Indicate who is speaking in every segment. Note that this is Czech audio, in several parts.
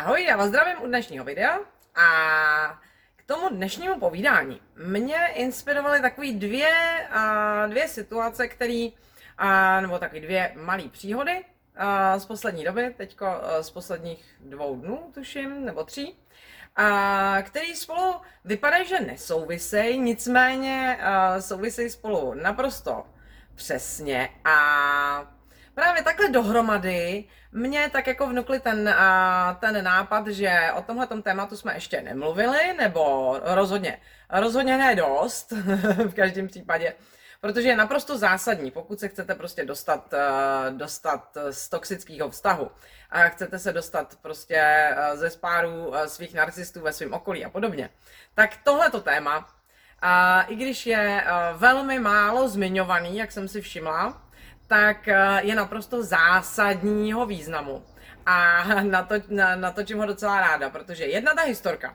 Speaker 1: Ahoj, já vás zdravím u dnešního videa a k tomu dnešnímu povídání mě inspirovaly takové dvě situace, nebo takové dvě malé příhody z poslední doby, teďko z posledních 2 dnů, tuším, nebo 3, který spolu vypadají, že nesouvisejí, nicméně souvisejí spolu naprosto přesně a právě takhle dohromady mě tak jako vnukli ten nápad, že o tomhletom tématu jsme ještě nemluvili, nebo rozhodně ne dost, v každém případě, protože je naprosto zásadní, pokud se chcete prostě dostat z toxického vztahu a chcete se dostat prostě ze spáru svých narcistů ve svém okolí a podobně, tak tohleto téma, i když je velmi málo zmiňovaný, jak jsem si všimla, tak je naprosto zásadního významu. A natočím ho docela ráda, protože jedna ta historka,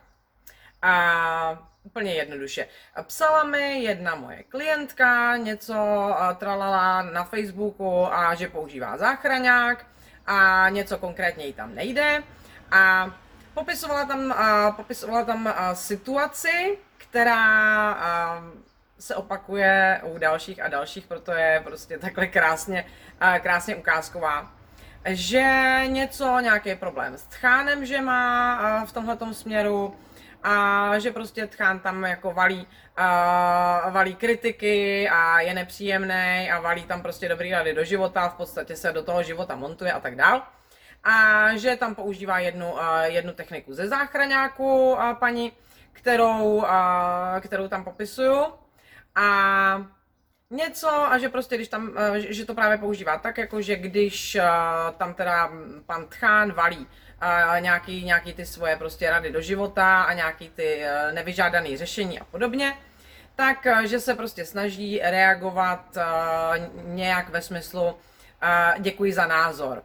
Speaker 1: úplně jednoduše, psala mi jedna moje klientka něco tralala na Facebooku a že používá záchraňák a něco konkrétně jí tam nejde a popisovala tam situaci, která se opakuje u dalších a dalších, proto je prostě takhle krásně ukázková, že nějaký problém s tchánem, že má v tomhletom směru a že prostě tchán tam jako valí kritiky a je nepříjemný a valí tam prostě dobrý rady do života, v podstatě se do toho života montuje a tak dál. A že tam používá jednu techniku ze záchraňáku paní, kterou tam popisuju. A že prostě když tam, že to právě používá tak, jako že když tam teda pan tchán valí nějaký ty svoje prostě rady do života a nějaký ty nevyžádané řešení a podobně, tak že se prostě snaží reagovat nějak ve smyslu děkuji za názor.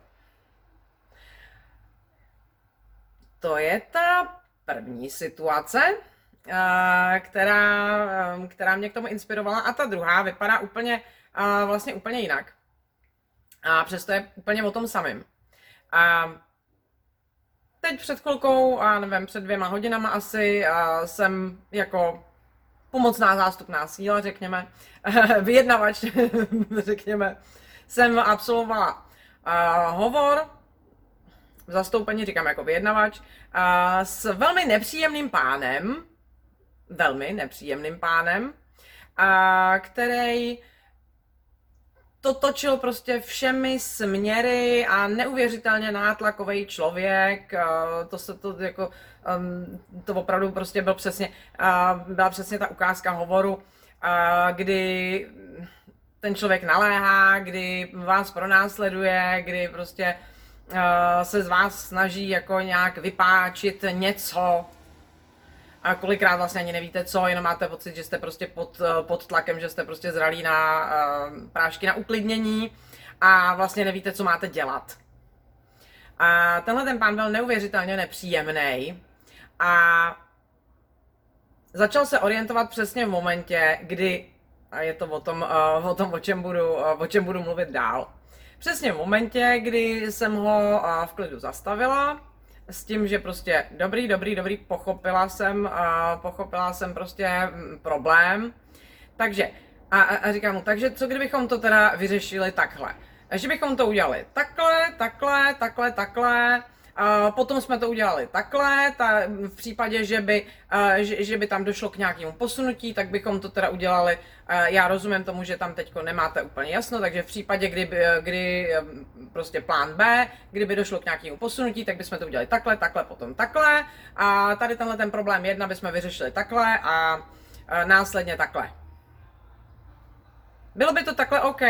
Speaker 1: To je ta první situace, která mě k tomu inspirovala, a ta druhá vypadá vlastně úplně jinak. A přesto je úplně o tom samém. Teď před chvilkou, nevím, před 2 hodinama asi, jsem jako pomocná zástupná síla, řekněme, vyjednavač, řekněme, jsem absolvovala hovor, v zastoupení říkám jako vyjednavač, s velmi nepříjemným pánem, který to točil prostě všemi směry a neuvěřitelně nátlakový člověk, to opravdu prostě byla přesně ta ukázka hovoru, kdy ten člověk naléhá, kdy vás pronásleduje, kdy prostě se z vás snaží jako nějak vypáčit něco, a kolikrát vlastně ani nevíte co, jenom máte pocit, že jste prostě pod tlakem, že jste prostě zralí na prášky na uklidnění a vlastně nevíte, co máte dělat. A tenhle ten pán byl neuvěřitelně nepříjemný a začal se orientovat přesně v momentě, kdy, a je to o tom, o čem budu mluvit dál, přesně v momentě, kdy jsem ho v klidu zastavila, s tím, že prostě dobrý, pochopila jsem prostě problém, takže, a říkám mu, takže co kdybychom to teda vyřešili takhle, že bychom to udělali takhle, potom jsme to udělali takhle, v případě, že by tam došlo k nějakému posunutí, tak bychom to teda udělali, já rozumím tomu, že tam teďko nemáte úplně jasno, takže v případě, kdy prostě plán B, kdyby došlo k nějakému posunutí, tak bychom to udělali takhle, potom takhle, a tady tenhle ten problém 1 bychom vyřešili takhle a následně takhle. Bylo by to takhle OK?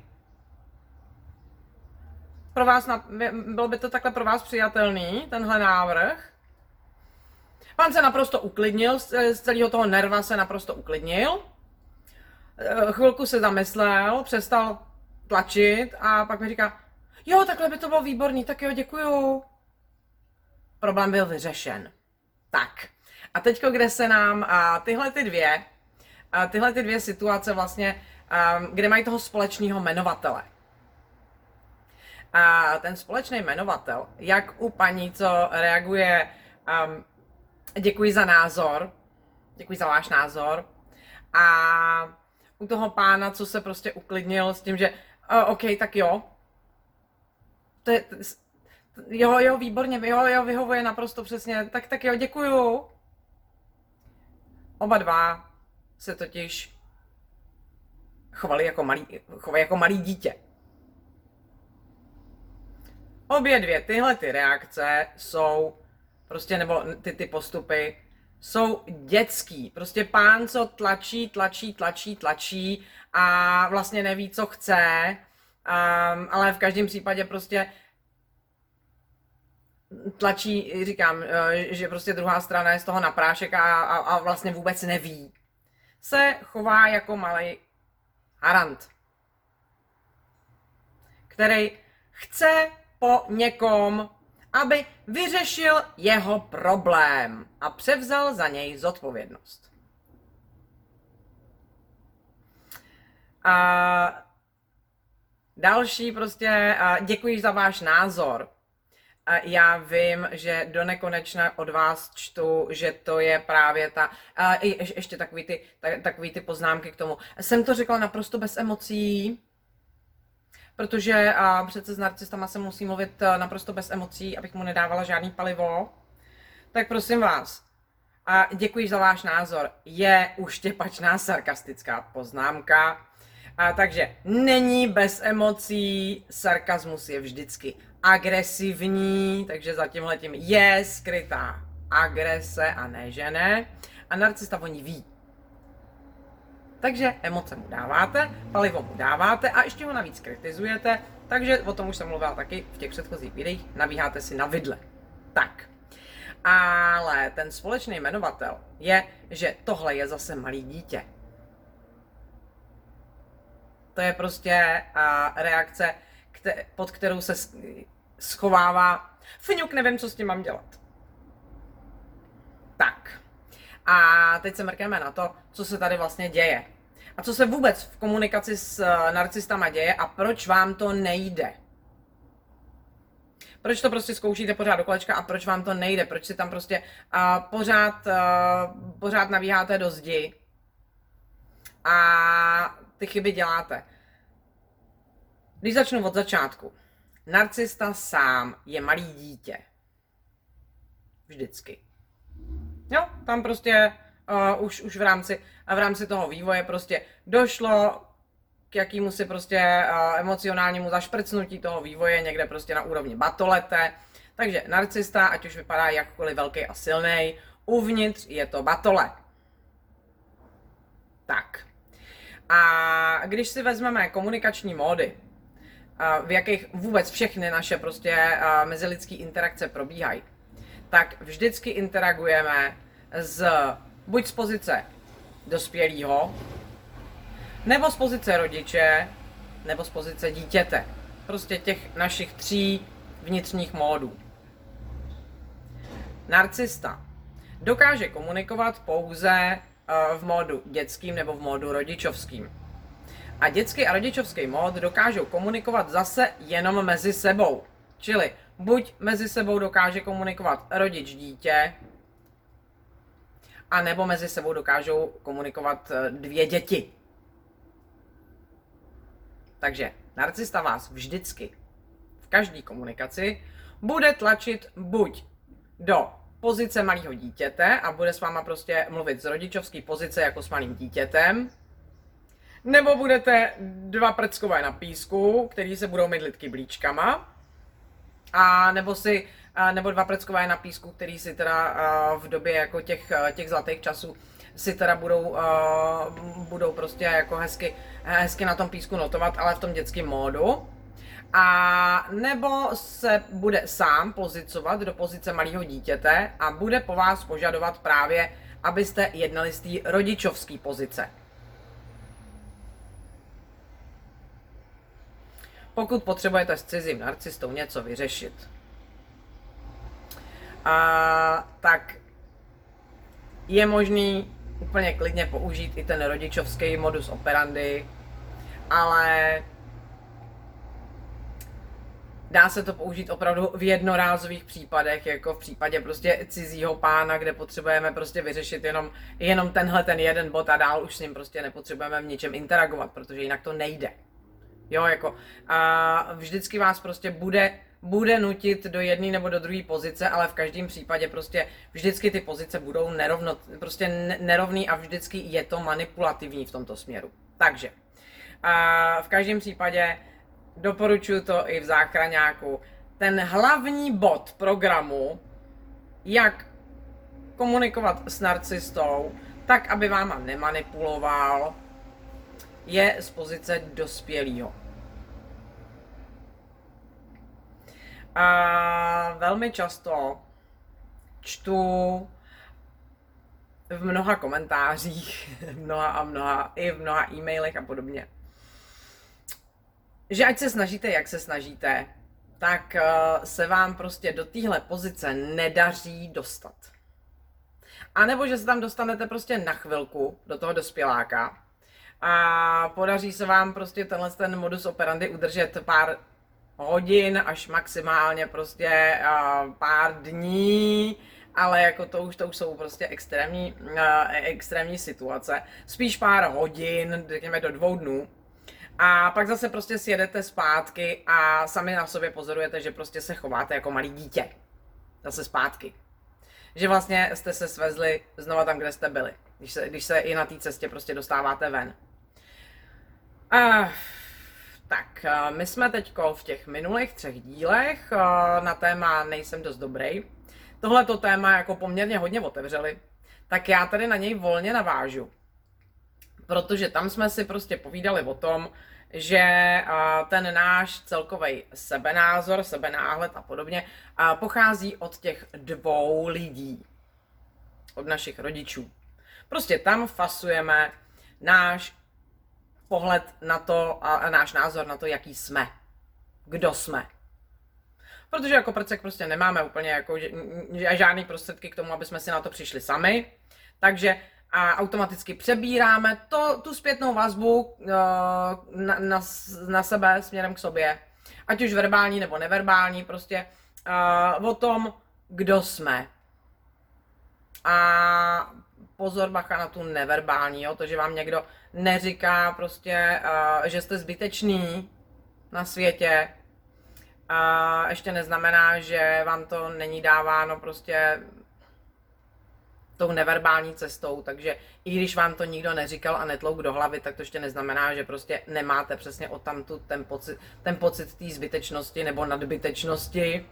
Speaker 1: Bylo by to takhle pro vás přijatelný, tenhle návrh? Pán se naprosto uklidnil, z celého toho nerva se naprosto uklidnil. Chvilku se zamyslel, přestal tlačit a pak mi říká, jo, takhle by to bylo výborný, tak jo, děkuju. Problém byl vyřešen. Tak, a teďko, kde se nám tyhle ty dvě situace vlastně, kde mají toho společného jmenovatele. A ten společný jmenovatel, jak u paní, co reaguje, děkuji za názor, děkuji za váš názor, a u toho pána, co se prostě uklidnil s tím, že OK, tak jo, jo, výborně, jo, vyhovuje naprosto přesně, tak jo, děkuju. Oba dva se totiž chovají jako malý dítě. Obě dvě tyhle ty reakce jsou prostě, nebo ty postupy jsou dětský. Prostě pán, co tlačí a vlastně neví, co chce, ale v každém případě prostě tlačí, říkám, že prostě druhá strana je z toho na prášek a vlastně vůbec neví. Se chová jako malý harant, který chce po někom, aby vyřešil jeho problém a převzal za něj zodpovědnost. A další prostě, děkuji za váš názor. Já vím, že do nekonečna od vás čtu, že to je právě ještě takový ty poznámky k tomu. Jsem to řekla naprosto bez emocí, protože přece s narcistama se musí mluvit naprosto bez emocí, abych mu nedávala žádný palivo. Tak prosím vás, děkuji za váš názor. Je uštěpačná sarkastická poznámka. Takže není bez emocí, sarkasmus je vždycky agresivní, takže za tímhletím je skrytá agrese a ne že ne. A narcista o ní ví. Takže emoce mu dáváte, palivo mu dáváte a ještě ho navíc kritizujete, takže o tom už jsem mluvila taky v těch předchozích videích, nabíháte si na vidle. Tak, ale ten společný jmenovatel je, že tohle je zase malý dítě. To je prostě reakce, pod kterou se schovává fňuk, nevím, co s tím mám dělat. Tak. A teď se mrkneme na to, co se tady vlastně děje. A co se vůbec v komunikaci s narcistama děje a proč vám to nejde. Proč to prostě zkoušíte pořád do kolečka a proč vám to nejde. Proč si tam prostě pořád nabíháte do zdi a ty chyby děláte. Když začnu od začátku. Narcista sám je malý dítě. Vždycky. Jo, tam prostě už v rámci toho vývoje prostě došlo k jakýmu si prostě emocionálnímu zašprcnutí toho vývoje někde prostě na úrovni batolete. Takže narcista, ať už vypadá jakkoliv velký a silný, uvnitř je to batole. Tak. A když si vezmeme komunikační módy, v jakých vůbec všechny naše prostě mezilidské interakce probíhají, tak vždycky interagujeme buď z pozice dospělého, nebo z pozice rodiče, nebo z pozice dítěte. Prostě těch našich 3 vnitřních módů. Narcista dokáže komunikovat pouze v módu dětským nebo v módu rodičovským. A dětský a rodičovský mód dokážou komunikovat zase jenom mezi sebou. Čili buď mezi sebou dokáže komunikovat rodič-dítě, a nebo mezi sebou dokážou komunikovat 2 děti. Takže narcista vás vždycky v každé komunikaci bude tlačit buď do pozice malého dítěte a bude s váma prostě mluvit z rodičovské pozice jako s malým dítětem, nebo budete 2 prckové na písku, který se budou mydlit kyblíčkama, a nebo 2 prckové na písku, který si teda v době jako těch zlatých časů si teda budou prostě jako hezky na tom písku notovat, ale v tom dětském módu. A nebo se bude sám pozicovat do pozice malého dítěte a bude po vás požadovat právě, abyste jednali z té rodičovské pozice. Pokud potřebujete s cizím narcistou něco vyřešit, tak je možný úplně klidně použít i ten rodičovský modus operandi, ale Dá se to použít opravdu v jednorázových případech, jako v případě prostě cizího pána, kde potřebujeme prostě vyřešit jenom tenhle ten jeden bod a dál už s ním prostě nepotřebujeme v ničem interagovat, protože jinak to nejde. Jo, jako a vždycky vás prostě bude nutit do jedné nebo do druhé pozice, ale v každém případě prostě vždycky ty pozice budou nerovný a vždycky je to manipulativní v tomto směru. Takže v každém případě doporučuji to i v záchraňáku. Ten hlavní bod programu, jak komunikovat s narcistou, tak, aby váma nemanipuloval, je z pozice dospělého. A velmi často čtu v mnoha komentářích, i v mnoha e-mailech a podobně, že ať se snažíte, jak se snažíte, tak se vám prostě do téhle pozice nedaří dostat. A nebo že se tam dostanete prostě na chvilku do toho dospěláka a podaří se vám prostě ten modus operandi udržet pár hodin až maximálně prostě pár dní, ale jako to už jsou prostě extrémní situace. Spíš pár hodin, řekněme do 2 dnů. A pak zase prostě sjedete zpátky a sami na sobě pozorujete, že prostě se chováte jako malý dítě. Zase zpátky. Že vlastně jste se svezli znova tam, kde jste byli. Když se i na té cestě prostě dostáváte ven. Tak, my jsme teďko v těch minulých 3 dílech na téma Nejsem dost dobrý. Tohleto téma jako poměrně hodně otevřeli, tak já tady na něj volně navážu. Protože tam jsme si prostě povídali o tom, že ten náš celkový sebenázor, sebenáhled a podobně pochází od těch 2 lidí, od našich rodičů. Prostě tam fasujeme náš pohled na to a náš názor na to, jaký jsme, kdo jsme. Protože jako prcek prostě nemáme úplně jako žádný prostředky k tomu, aby jsme si na to přišli sami, takže automaticky přebíráme tu zpětnou vazbu na sebe směrem k sobě, ať už verbální nebo neverbální, prostě o tom, kdo jsme. A pozor, bacha na tu neverbální, jo? To, že vám někdo neříká prostě, že jste zbytečný na světě, ještě neznamená, že vám to není dáváno prostě tou neverbální cestou, takže i když vám to nikdo neříkal a netlouk do hlavy, tak to ještě neznamená, že prostě nemáte přesně odtamtud ten pocit té zbytečnosti nebo nadbytečnosti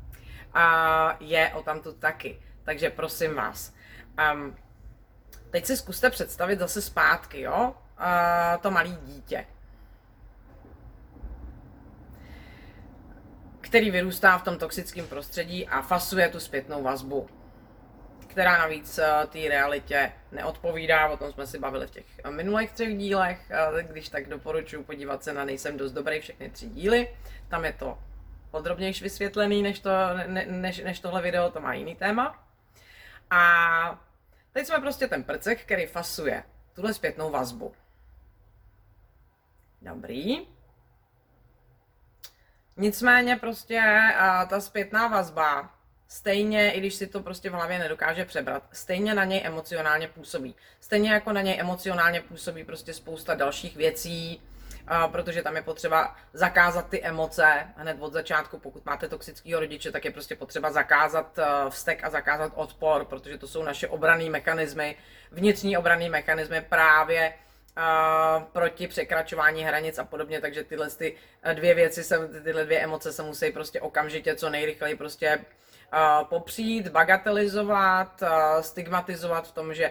Speaker 1: je odtamtud taky. Takže prosím vás, teď si zkuste představit zase zpátky, jo, to malé dítě, který vyrůstá v tom toxickém prostředí a fasuje tu zpětnou vazbu, která navíc té realitě neodpovídá, o tom jsme si bavili v těch minulých 3 dílech, když tak doporučuji podívat se na Nejsem dost dobrý, všechny 3 díly, tam je to podrobnější vysvětlený než tohle video, to má jiný téma. A teď jsme prostě ten prcek, který fasuje tuhle zpětnou vazbu. Dobrý. Nicméně prostě ta zpětná vazba, stejně, i když si to prostě v hlavě nedokáže přebrat, stejně na něj emocionálně působí. Stejně jako na něj emocionálně působí prostě spousta dalších věcí, protože tam je potřeba zakázat ty emoce hned od začátku. Pokud máte toxického rodiče, tak je prostě potřeba zakázat vztek a zakázat odpor, protože to jsou naše obranné mechanismy, vnitřní obranné mechanismy právě proti překračování hranic a podobně, takže tyhle 2 emoce se musí prostě okamžitě co nejrychleji prostě popřít, bagatelizovat, stigmatizovat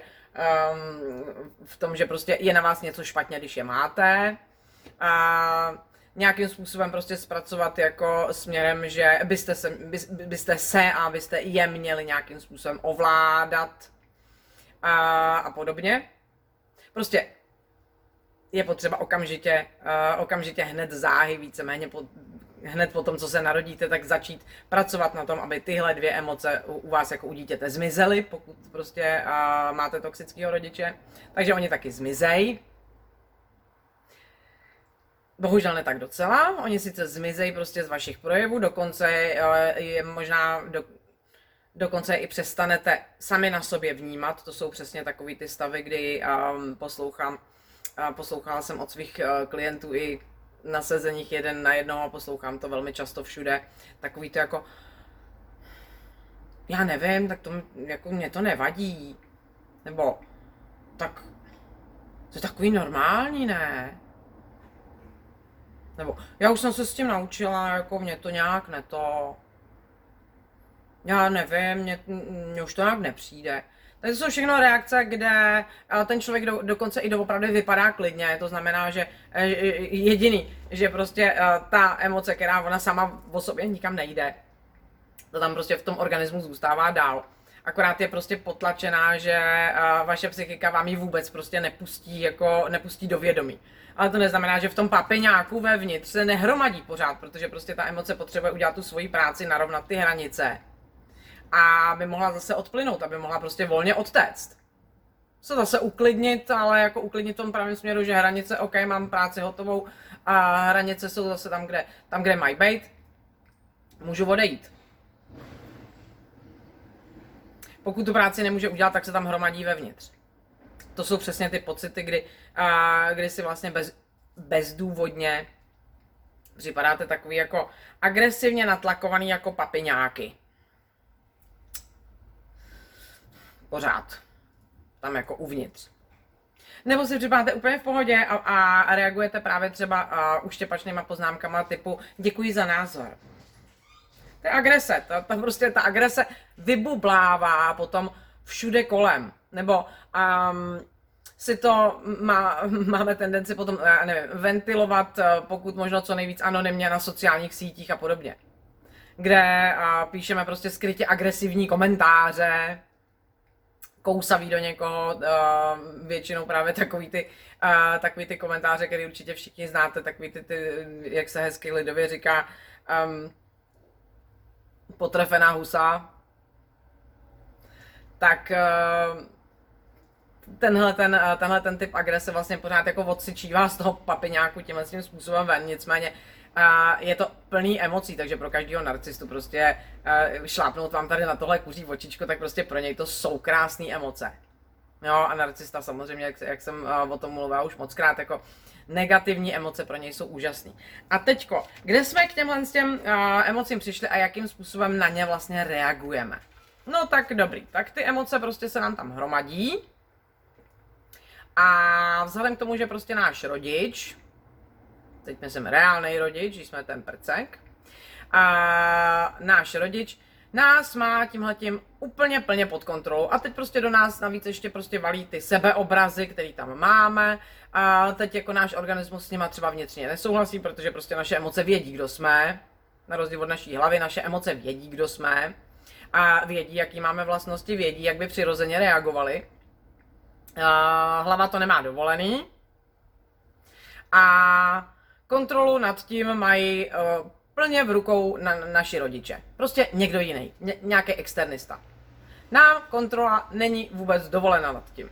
Speaker 1: v tom, že prostě je na vás něco špatně, když je máte. Nějakým způsobem prostě zpracovat jako směrem, že byste je měli nějakým způsobem ovládat a podobně. Prostě je potřeba okamžitě hned záhy, víceméně hned po tom, co se narodíte, tak začít pracovat na tom, aby tyhle 2 emoce u vás jako u dítěte zmizely, pokud prostě máte toxického rodiče. Takže oni taky zmizej. Bohužel ne tak docela, oni sice zmizejí prostě z vašich projevů, dokonce je možná dokonce i přestanete sami na sobě vnímat, to jsou přesně takový ty stavy, kdy poslouchala jsem od svých klientů i na sezeních jeden na jednoho, poslouchám to velmi často všude, takový to jako, já nevím, tak to jako mě to nevadí, nebo tak to je takový normální, ne? Nebo já už jsem se s tím naučila, jako mě to nějak já nevím, mně už to nějak nepřijde. Takže to jsou všechno reakce, kde ten člověk dokonce i doopravdy vypadá klidně, to znamená, že jediný, že prostě ta emoce, která ona sama o sobě nikam nejde, to tam prostě v tom organismu zůstává dál. Akorát je prostě potlačená, že vaše psychika vám ji vůbec prostě nepustí do vědomí. Ale to neznamená, že v tom papiňáku vevnitř se nehromadí pořád, protože prostě ta emoce potřebuje udělat tu svoji práci, narovnat ty hranice. A aby mohla zase odplynout, aby mohla prostě volně odtéct. Se zase uklidnit, ale jako uklidnit v tom pravém směru, že hranice, OK, mám práci hotovou a hranice jsou zase tam, kde mají být. Můžu odejít. Pokud tu práci nemůže udělat, tak se tam hromadí vevnitř. To jsou přesně ty pocity, kdy si vlastně bezdůvodně připadáte takový jako agresivně natlakovaný jako papiňáky. Pořád. Tam jako uvnitř. Nebo si připadáte úplně v pohodě a reagujete právě třeba uštěpačnýma poznámkama typu děkuji za názor. To je agrese, prostě ta agrese vybublává potom všude kolem. Nebo si to máme tendenci potom, nevím, ventilovat pokud možno co nejvíc anonymně na sociálních sítích a podobně. Kde píšeme prostě skrytě agresivní komentáře, kousaví do někoho, většinou právě takový ty komentáře, které určitě všichni znáte, takový ty jak se hezky lidově říká, potrefená husa, tak tenhle ten typ agrese vlastně pořád jako odsyčívá z toho papiňáku tímhle tím způsobem ven, nicméně je to plný emocí, takže pro každého narcistu prostě šlápnout vám tady na tohle kuří očičko, tak prostě pro něj to jsou krásné emoce. Jo, a narcista samozřejmě, jak jsem o tom mluvila už mockrát, jako negativní emoce pro něj jsou úžasný. A teďko, kde jsme k těmhle emocím přišli a jakým způsobem na ně vlastně reagujeme? No tak dobrý, tak ty emoce prostě se nám tam hromadí a vzhledem k tomu, že prostě náš rodič, teď myslím reálnej rodič, když jsme ten prcek, a náš rodič nás má tímhletím úplně plně pod kontrolou a teď prostě do nás navíc ještě prostě valí ty sebeobrazy, který tam máme a teď jako náš organismus s nima třeba vnitřně nesouhlasí, protože prostě naše emoce vědí, kdo jsme, na rozdíl od naší hlavy, naše emoce vědí, kdo jsme a vědí, jaký máme vlastnosti, vědí, jak by přirozeně reagovali. Hlava to nemá dovolený a kontrolu nad tím mají plně v rukou naši rodiče. Prostě někdo jiný, nějaký externista. Nám kontrola není vůbec dovolena nad tím.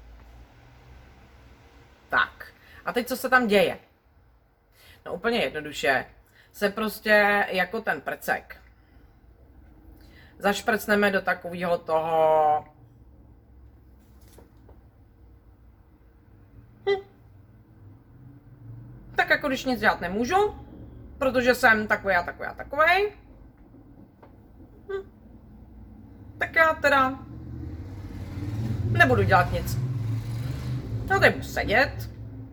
Speaker 1: Tak, a teď co se tam děje? No úplně jednoduše se prostě jako ten prcek zašprcneme do takového toho tak jako když nic dělat nemůžu, protože jsem takový a takový a takovej, tak já teda nebudu dělat nic. Já tady budu sedět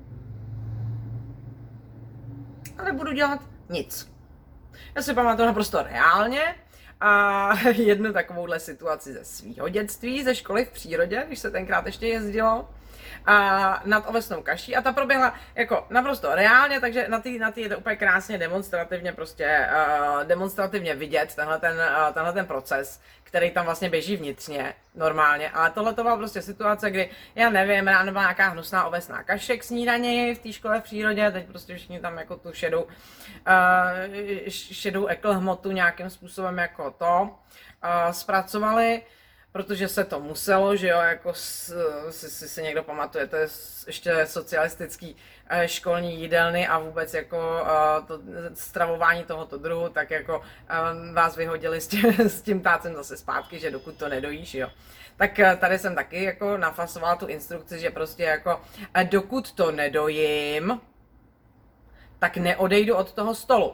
Speaker 1: a nebudu dělat nic. Já si pamatuju naprosto reálně a jednu takovouhle situaci ze svého dětství, ze školy v přírodě, když se tenkrát ještě jezdilo, nad ovesnou kaší a ta proběhla jako naprosto reálně, takže na ty je to úplně krásně demonstrativně prostě demonstrativně vidět tenhle ten proces, který tam vlastně běží vnitřně normálně, ale tohle to byla prostě situace, kdy já nevím, ráno byla nějaká hnusná ovesná kaše k snídani v té škole v přírodě, teď prostě všichni tam jako tu šedou eklhmotu nějakým způsobem jako to zpracovali. protože se to muselo, že jo, jako si někdo pamatuje, to je ještě socialistický školní jídelny a vůbec jako to stravování tohoto druhu, tak jako vás vyhodili s tím tácem zase zpátky, že dokud to nedojíš, jo. Tak tady jsem taky jako nafasovala tu instrukci, že prostě jako dokud to nedojím, tak neodejdu od toho stolu.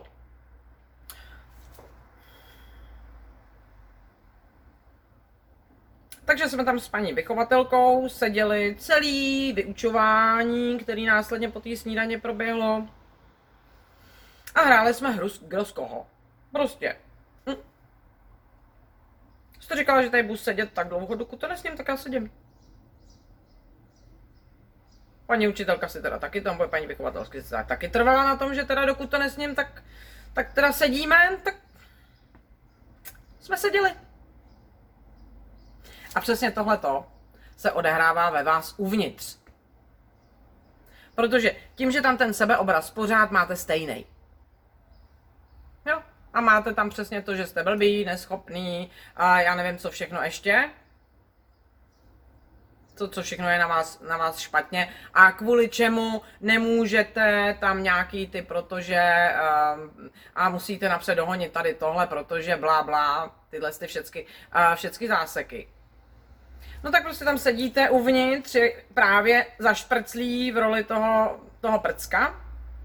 Speaker 1: Takže jsme tam s paní vychovatelkou seděli celý vyučování, který následně po té snídaně proběhlo. A hráli jsme hru kdo z koho. Prostě. Jste říkala, že tady budu sedět tak dlouho, dokud to nesním, tak já sedím. Paní učitelka si teda taky, tam paní vychovatelky si taky trvala na tom, že teda dokud to nesním, tak teda sedíme, tak jsme seděli. A přesně tohleto se odehrává ve vás uvnitř. Protože tím, že tam ten sebeobraz pořád máte stejný. Jo? A máte tam přesně to, že jste blbý, neschopný a já nevím, co všechno ještě. Co všechno je na vás špatně a kvůli čemu nemůžete tam nějaký ty, protože a musíte napřed dohonit tady tohle, protože blá blá, tyhle ty všechny záseky. No tak prostě tam sedíte uvnitř, právě zašprclí v roli toho prcka.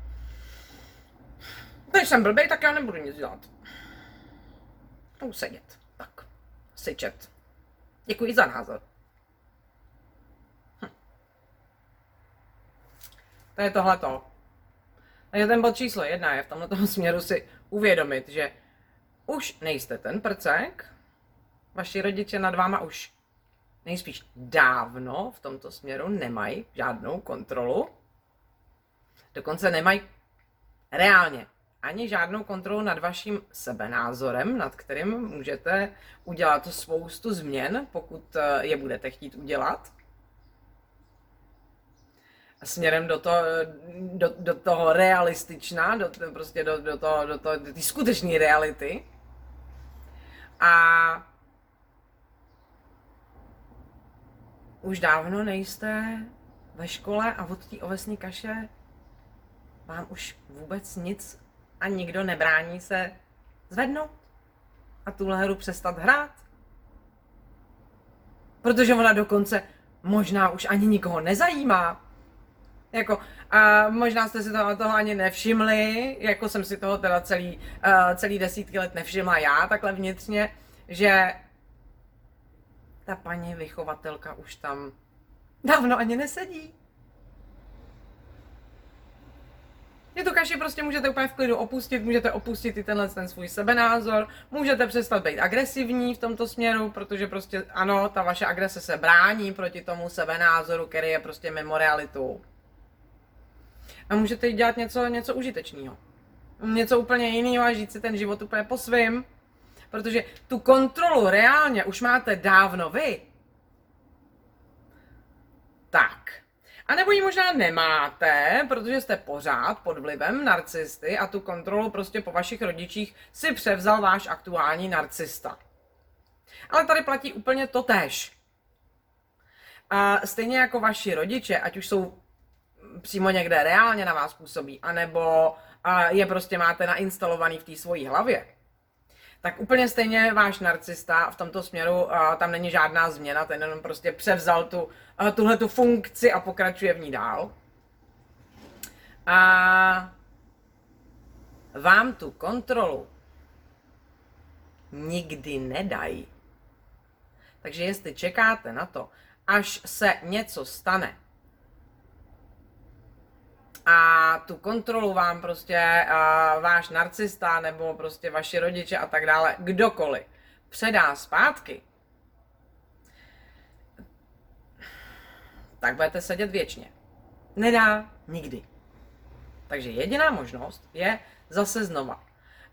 Speaker 1: Když jsem blbej, tak já nebudu nic dělat. Budu sedět. Tak, syčet. Děkuji za názor. To je tohleto. Takže ten bod číslo 1 je v tomto směru si uvědomit, že už nejste ten prcek, vaši rodiče nad váma už nejspíš dávno v tomto směru nemají žádnou kontrolu. Dokonce nemají reálně ani žádnou kontrolu nad vaším sebenázorem, nad kterým můžete udělat spoustu změn, pokud je budete chtít udělat. Směrem do toho realistična, do té skutečné reality. A už dávno nejste ve škole a od té ovesné kaše vám už vůbec nic a nikdo nebrání se zvednout a tuhle hru přestat hrát. Protože ona dokonce možná už ani nikoho nezajímá. Jako, a možná jste si toho ani nevšimli, jako jsem si toho teda celý desítky let nevšimla já, takhle vnitřně, že ta paní vychovatelka už tam dávno ani nesedí. Je tu kaši prostě můžete úplně v klidu opustit, můžete opustit i ten svůj sebenázor, můžete přestat být agresivní v tomto směru, protože prostě ano, ta vaše agrese se brání proti tomu sebenázoru, který je prostě mimo realitu. A můžete jí dělat něco užitečného. Něco úplně jiného a žít si ten život úplně po svým. Protože tu kontrolu reálně už máte dávno vy. Tak. A nebo ji možná nemáte, protože jste pořád pod vlivem narcisty a tu kontrolu prostě po vašich rodičích si převzal váš aktuální narcista. Ale tady platí úplně totéž. A stejně jako vaši rodiče, ať už jsou přímo někde reálně na vás působí, anebo je prostě máte nainstalovaný v té svojí hlavě, tak úplně stejně váš narcista v tomto směru, tam není žádná změna, ten jenom prostě převzal tuhletu funkci a pokračuje v ní dál. A vám tu kontrolu nikdy nedají. Takže jestli čekáte na to, až se něco stane, a tu kontrolu vám prostě váš narcista nebo prostě vaši rodiče a tak dále, kdokoliv předá zpátky, tak budete sedět věčně. Nedá nikdy. Takže jediná možnost je zase znova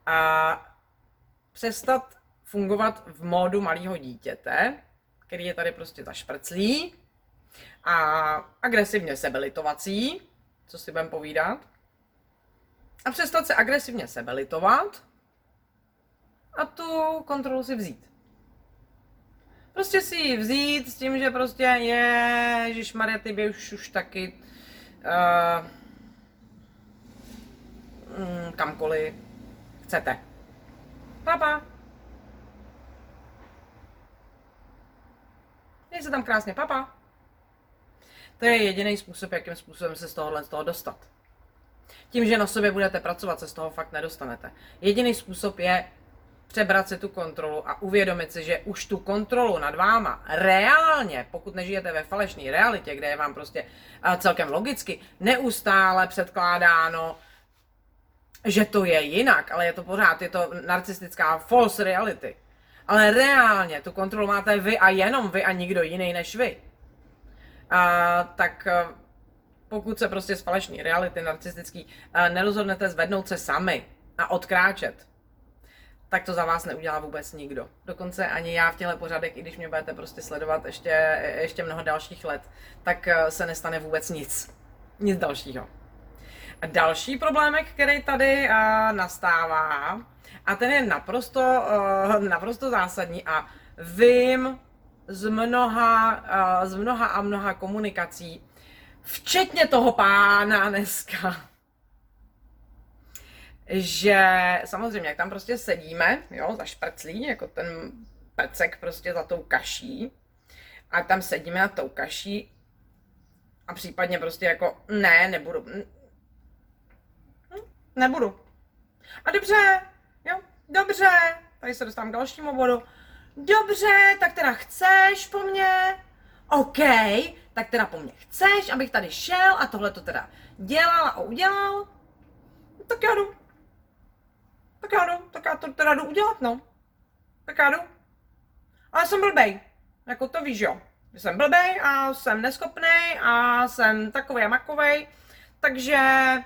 Speaker 1: přestat fungovat v módu malého dítěte, který je tady prostě zašprclý a agresivně sebelitovací, co si budeme povídat, a přestat se agresivně sebelitovat a tu kontrolu si vzít. Prostě si ji vzít s tím, že prostě ježišmarja, ty by už taky kamkoliv chcete. Papa. Měj se tam krásně, papa. To je jediný způsob, jakým způsobem se z toho dostat. Tím, že na sobě budete pracovat, se z toho fakt nedostanete. Jediný způsob je přebrat si tu kontrolu a uvědomit si, že už tu kontrolu nad váma reálně, pokud nežijete ve falešné realitě, kde je vám prostě celkem logicky neustále předkládáno, že to je jinak, ale je to pořád, je to narcistická false reality. Ale reálně tu kontrolu máte vy a jenom vy a nikdo jiný než vy. Tak pokud se prostě z falešné reality narcistický nerozhodnete zvednout se sami a odkráčet, tak to za vás neudělá vůbec nikdo. Dokonce ani já v těchto pořadech, i když mě budete prostě sledovat ještě mnoho dalších let, tak se nestane vůbec nic. Nic dalšího. A další problémek, který tady nastává, a ten je naprosto zásadní a vím z mnoha komunikací, včetně toho pána dneska, že samozřejmě, jak tam prostě sedíme, jo, za šprclí, jako ten pecek prostě za tou kaší, a tam sedíme nad tou kaší a případně prostě jako nebudu. A dobře, jo, dobře, tady se dostávám k dalšímu bodu. Dobře, tak teda chceš po mně? OK, tak teda po mně chceš, abych tady šel a tohle to teda dělal a udělal? Tak já jdu. Tak já to teda jdu udělat, no. Tak já jdu. Ale jsem blbej. Jako to víš, jo. Jsem blbej a jsem neschopnej a jsem takovej a makovej. Takže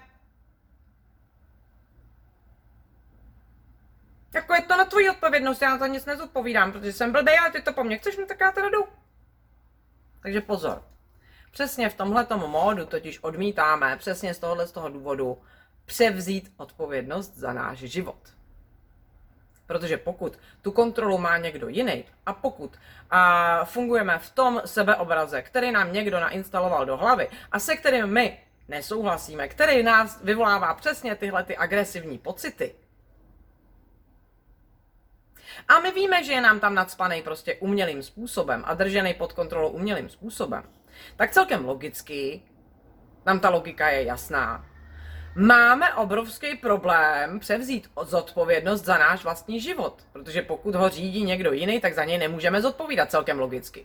Speaker 1: jako je to na tvoji odpovědnost, já na to nic nezodpovídám, protože jsem blbej, ale ty to po mně chceš, no tak já teda jdu. Takže pozor. Přesně v tomhletom módu totiž odmítáme, přesně z toho důvodu, převzít odpovědnost za náš život. Protože pokud tu kontrolu má někdo jiný a pokud fungujeme v tom sebeobraze, který nám někdo nainstaloval do hlavy a se kterým my nesouhlasíme, který nás vyvolává přesně tyhle ty agresivní pocity, a my víme, že je nám tam nacpaný prostě umělým způsobem a držený pod kontrolou umělým způsobem, tak celkem logicky, tam ta logika je jasná, máme obrovský problém převzít zodpovědnost za náš vlastní život, protože pokud ho řídí někdo jiný, tak za něj nemůžeme zodpovídat celkem logicky.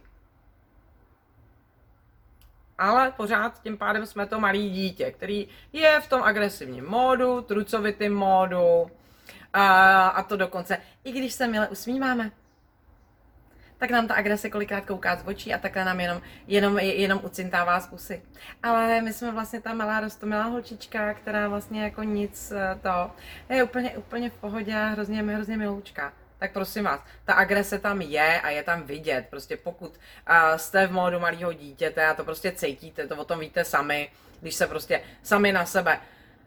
Speaker 1: Ale pořád tím pádem jsme to malý dítě, který je v tom agresivním módu, trucovitým módu, a to dokonce, i když se mile usmíváme, tak nám ta agrese kolikrát kouká z očí a takhle nám jenom ucintává z pusy. Ale my jsme vlastně ta malá roztomilá holčička, která vlastně jako nic to je úplně v pohodě a hrozně miloučka. Tak prosím vás, ta agrese tam je a je tam vidět. Prostě pokud jste v módu malého dítěte a to prostě cítíte, to o tom víte sami, když se prostě sami na sebe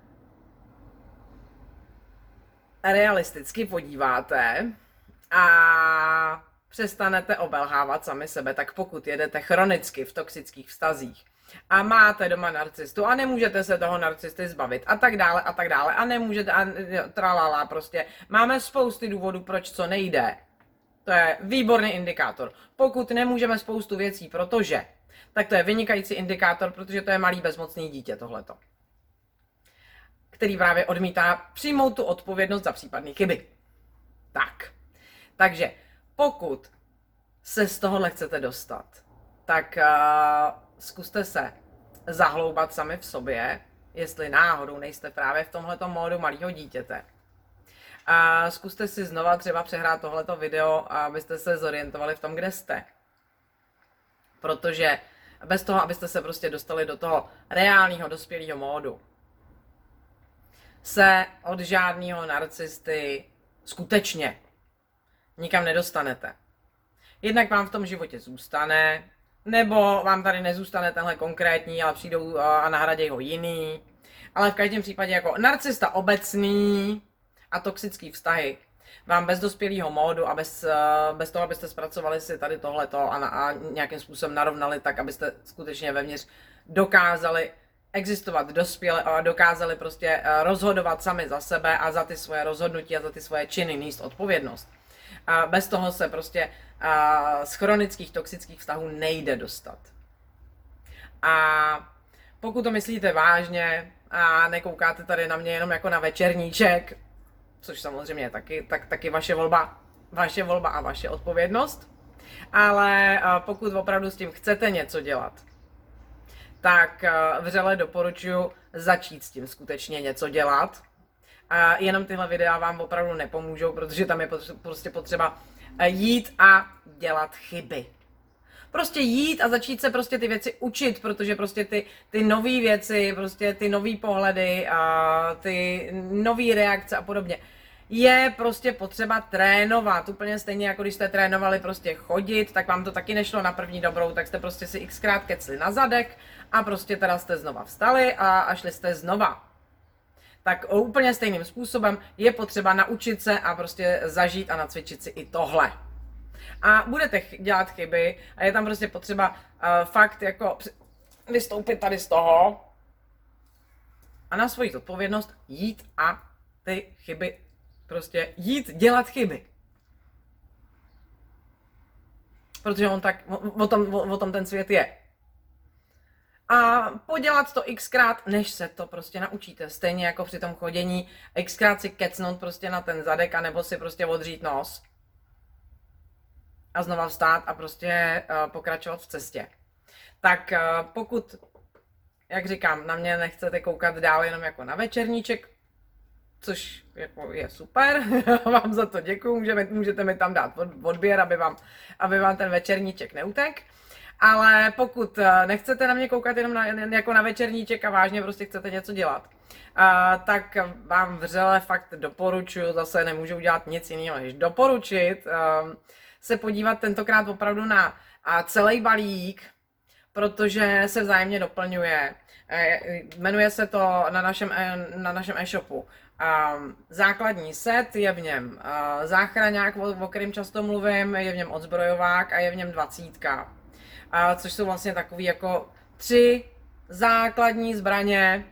Speaker 1: realisticky podíváte a přestanete obelhávat sami sebe, tak pokud jedete chronicky v toxických vztazích a máte doma narcistu a nemůžete se toho narcisty zbavit a tak dále a nemůžete a tralala prostě. Máme spousty důvodů, proč co nejde. To je výborný indikátor. Pokud nemůžeme spoustu věcí, protože, tak to je vynikající indikátor, protože to je malý bezmocný dítě tohleto, který právě odmítá přijmout tu odpovědnost za případné chyby. Takže pokud se z tohohle chcete dostat, tak zkuste se zahloubat sami v sobě, jestli náhodou nejste právě v tomhletom módu malého dítěte. A zkuste si znova třeba přehrát tohleto video, abyste se zorientovali v tom, kde jste. Protože bez toho, abyste se prostě dostali do toho reálného dospělého módu, se od žádného narcisty skutečně nikam nedostanete. Jednak vám v tom životě zůstane, nebo vám tady nezůstane tenhle konkrétní, ale přijdou a nahradí ho jiný. Ale v každém případě jako narcista obecný a toxický vztahy vám bez dospělého módu a bez toho, abyste zpracovali si tady tohleto a nějakým způsobem narovnali tak, abyste skutečně vevnitř dokázali existovat dospěle a dokázali prostě rozhodovat sami za sebe a za ty svoje rozhodnutí a za ty svoje činy nést odpovědnost. Bez toho se prostě z chronických toxických vztahů nejde dostat. A pokud to myslíte vážně a nekoukáte tady na mě jenom jako na večerníček, což samozřejmě je taky vaše volba a vaše odpovědnost, ale pokud opravdu s tím chcete něco dělat, tak vřele doporučuji začít s tím skutečně něco dělat. A jenom tyhle videa vám opravdu nepomůžou, protože tam je prostě potřeba jít a dělat chyby. Prostě jít a začít se prostě ty věci učit, protože prostě ty nové věci, prostě ty nové pohledy a ty nové reakce a podobně je prostě potřeba trénovat. Úplně stejně jako když jste trénovali prostě chodit, tak vám to taky nešlo na první dobrou, tak jste prostě si xkrát kecli na zadek a prostě teda jste znova vstali a šli jste znova. Tak úplně stejným způsobem je potřeba naučit se a prostě zažít a nacvičit si i tohle. A budete dělat chyby a je tam prostě potřeba fakt jako vystoupit tady z toho a na svoji odpovědnost jít a ty chyby prostě jít dělat chyby. Protože o tom ten svět je. A podělat to xkrát, než se to prostě naučíte. Stejně jako při tom chodění, xkrát si kecnout prostě na ten zadek, anebo si prostě odřít nos. A znova vstát a prostě pokračovat v cestě. Tak pokud, jak říkám, na mě nechcete koukat dál jenom jako na večerníček, což jako je super, vám za to děkuju, můžete mi tam dát odběr, aby vám ten večerníček neutek. Ale pokud nechcete na mě koukat jenom jako na večerníček a vážně prostě chcete něco dělat, tak vám vřele fakt doporučuji, zase nemůžu udělat nic jiného, než doporučit se podívat tentokrát opravdu na celý balík, protože se vzájemně doplňuje. Jmenuje se to na našem e-shopu. Základní set, je v něm záchraňák, o kterém často mluvím, je v něm odzbrojovák a je v něm 20. Což jsou vlastně takový jako 3 základní zbraně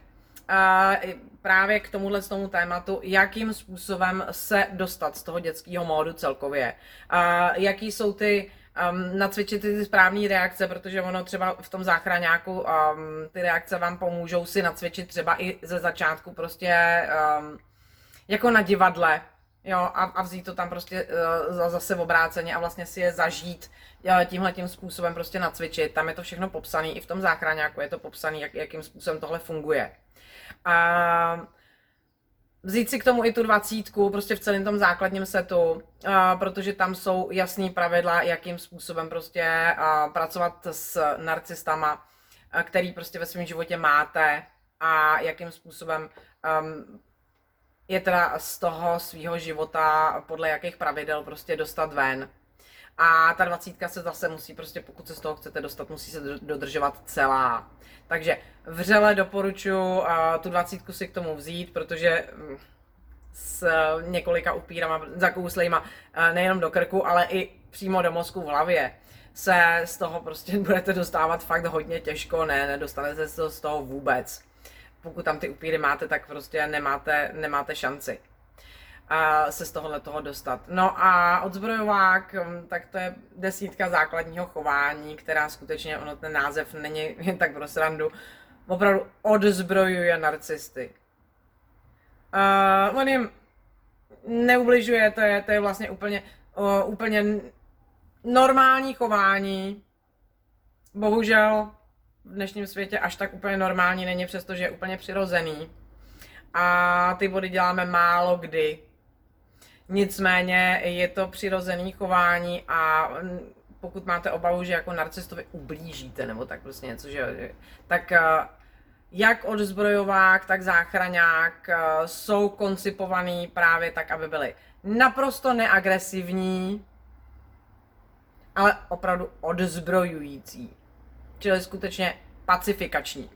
Speaker 1: právě k tomu tématu, jakým způsobem se dostat z toho dětského módu celkově. Jaký jsou nacvičit ty správné reakce, protože ono třeba v tom záchraňáku ty reakce vám pomůžou si nacvičit třeba i ze začátku prostě jako na divadle, jo, a vzít to tam prostě zase v obráceně a vlastně si je zažít tímhletím způsobem prostě nacvičit. Tam je to všechno popsané, i v tom záchraňáku je to popsané, jakým způsobem tohle funguje. A vzít si k tomu i tu 20, prostě v celém tom základním setu, protože tam jsou jasný pravidla, jakým způsobem prostě pracovat s narcistama, který prostě ve svém životě máte a jakým způsobem je teda z toho svého života podle jakých pravidel prostě dostat ven. A ta 20 se zase musí prostě, pokud se z toho chcete dostat, musí se dodržovat celá. Takže vřele doporučuji tu 20 si k tomu vzít, protože s několika upírama, zakouslejma, nejenom do krku, ale i přímo do mozku v hlavě se z toho prostě budete dostávat fakt hodně těžko, nedostanete se z toho vůbec. Pokud tam ty upíry máte, tak prostě nemáte šanci se z toho dostat. No a odzbrojovák, tak to je 10 základního chování, která skutečně, ten název není jen tak pro srandu, opravdu odzbrojuje narcisty. On jim neubližuje, to je vlastně úplně normální chování. Bohužel v dnešním světě až tak úplně normální není, přestože je úplně přirozený. A ty body děláme málo kdy. Nicméně je to přirozený chování a pokud máte obavu, že jako narcistovi ublížíte nebo tak prostě něco, tak jak odzbrojovák, tak záchraňák jsou koncipovaný právě tak, aby byly naprosto neagresivní, ale opravdu odzbrojující. Čili skutečně pacifikační.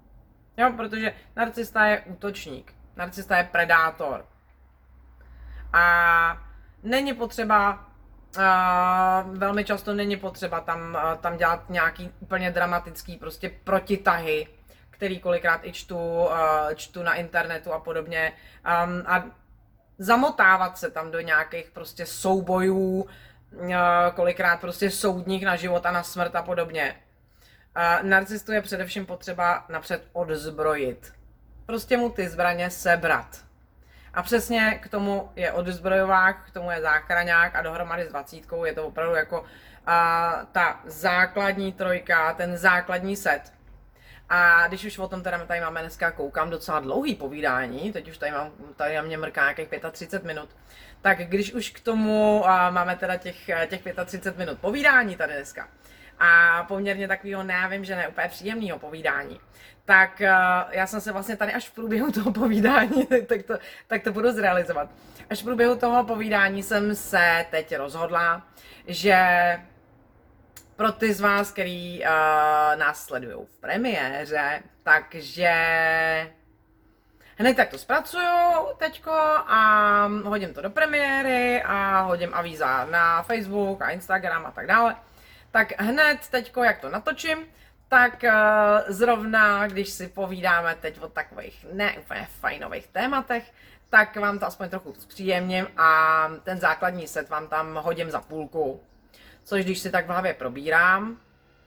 Speaker 1: Jo, protože narcista je útočník, narcista je predátor. A není potřeba, velmi často není potřeba tam dělat nějaký úplně dramatický prostě protitahy, který kolikrát i čtu na internetu a podobně. A zamotávat se tam do nějakých prostě soubojů, kolikrát prostě soudních na život a na smrt a podobně. Narcistu je především potřeba napřed odzbrojit. Prostě mu ty zbraně sebrat. A přesně k tomu je odzbrojovák, k tomu je záchraňák a dohromady s 20 je to opravdu jako ta základní trojka, ten základní set. A když už o tom teda tady máme dneska, koukám, docela dlouhý povídání, teď už tady na mě mrká nějakých 35 minut, tak když už k tomu máme teda těch 35 minut povídání tady dneska a poměrně takového, nevím, že ne úplně příjemného povídání, tak já jsem se vlastně tady až v průběhu toho povídání, tak to budu zrealizovat. Až v průběhu toho povídání jsem se teď rozhodla, že pro ty z vás, který nás sledují v premiéře, takže hned tak to zpracuju teďko a hodím to do premiéry a hodím avíza na Facebook a Instagram a tak dále. Tak hned teďko, jak to natočím, tak zrovna, když si povídáme teď o takových ne úplně fajnových tématech, tak vám to aspoň trochu zpříjemním a ten základní set vám tam hodím za půlku. Což když si tak v hlavě probírám,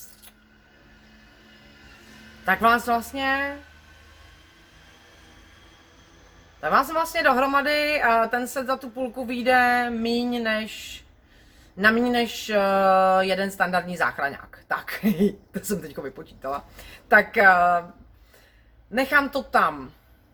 Speaker 1: tak vás vlastně dohromady ten set za tu půlku vyjde míň než jeden standardní záchraňák. Tak, to jsem teďko vypočítala. Tak nechám to tam.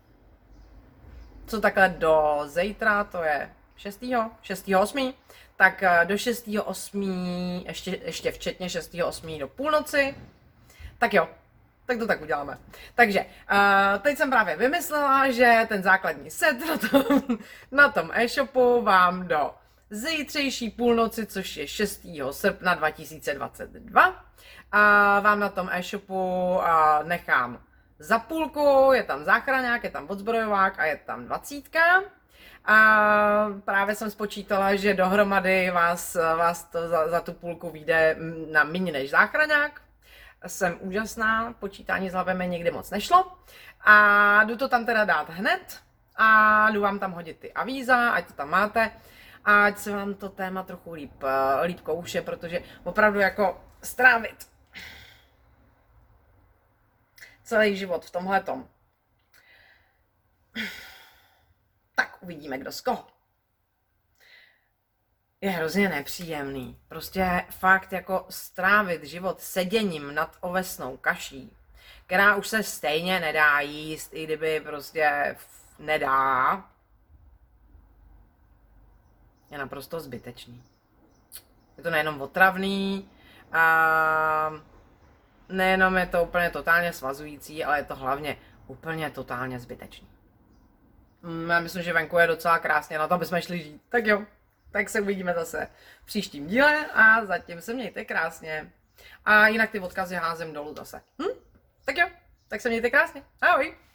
Speaker 1: Co takhle do zítra, to je 6.8. Tak do 6.8. ještě včetně 6.8. do půlnoci. Tak jo, tak to tak uděláme. Takže teď jsem právě vymyslela, že ten základní set na tom e-shopu vám do zítřejší půlnoci, což je 6. srpna 2022, vám na tom e-shopu nechám za půlku, je tam záchraňák, je tam odzbrojovák a je tam 20. A právě jsem spočítala, že dohromady vás to za tu půlku vyjde na méně než záchraňák. Jsem úžasná, počítání s hlavy mi nikdy moc nešlo. A jdu to tam teda dát hned a jdu vám tam hodit ty avíza, ať to tam máte. A ať se vám to téma trochu líp kouše, protože opravdu jako strávit celý život v tomhletom. Tak uvidíme, kdo z koho. Je hrozně nepříjemný. Prostě fakt jako strávit život seděním nad ovesnou kaší, která už se stejně nedá jíst, i kdyby prostě nedá, je naprosto zbytečný. Je to nejenom otravný, a nejenom je to úplně totálně svazující, ale je to hlavně úplně totálně zbytečný. Já myslím, že venku je docela krásně, na to bychom šli žít. Tak jo, tak se uvidíme zase v příštím díle a zatím se mějte krásně. A jinak ty odkazy házím dolů zase. Tak jo, tak se mějte krásně. Ahoj!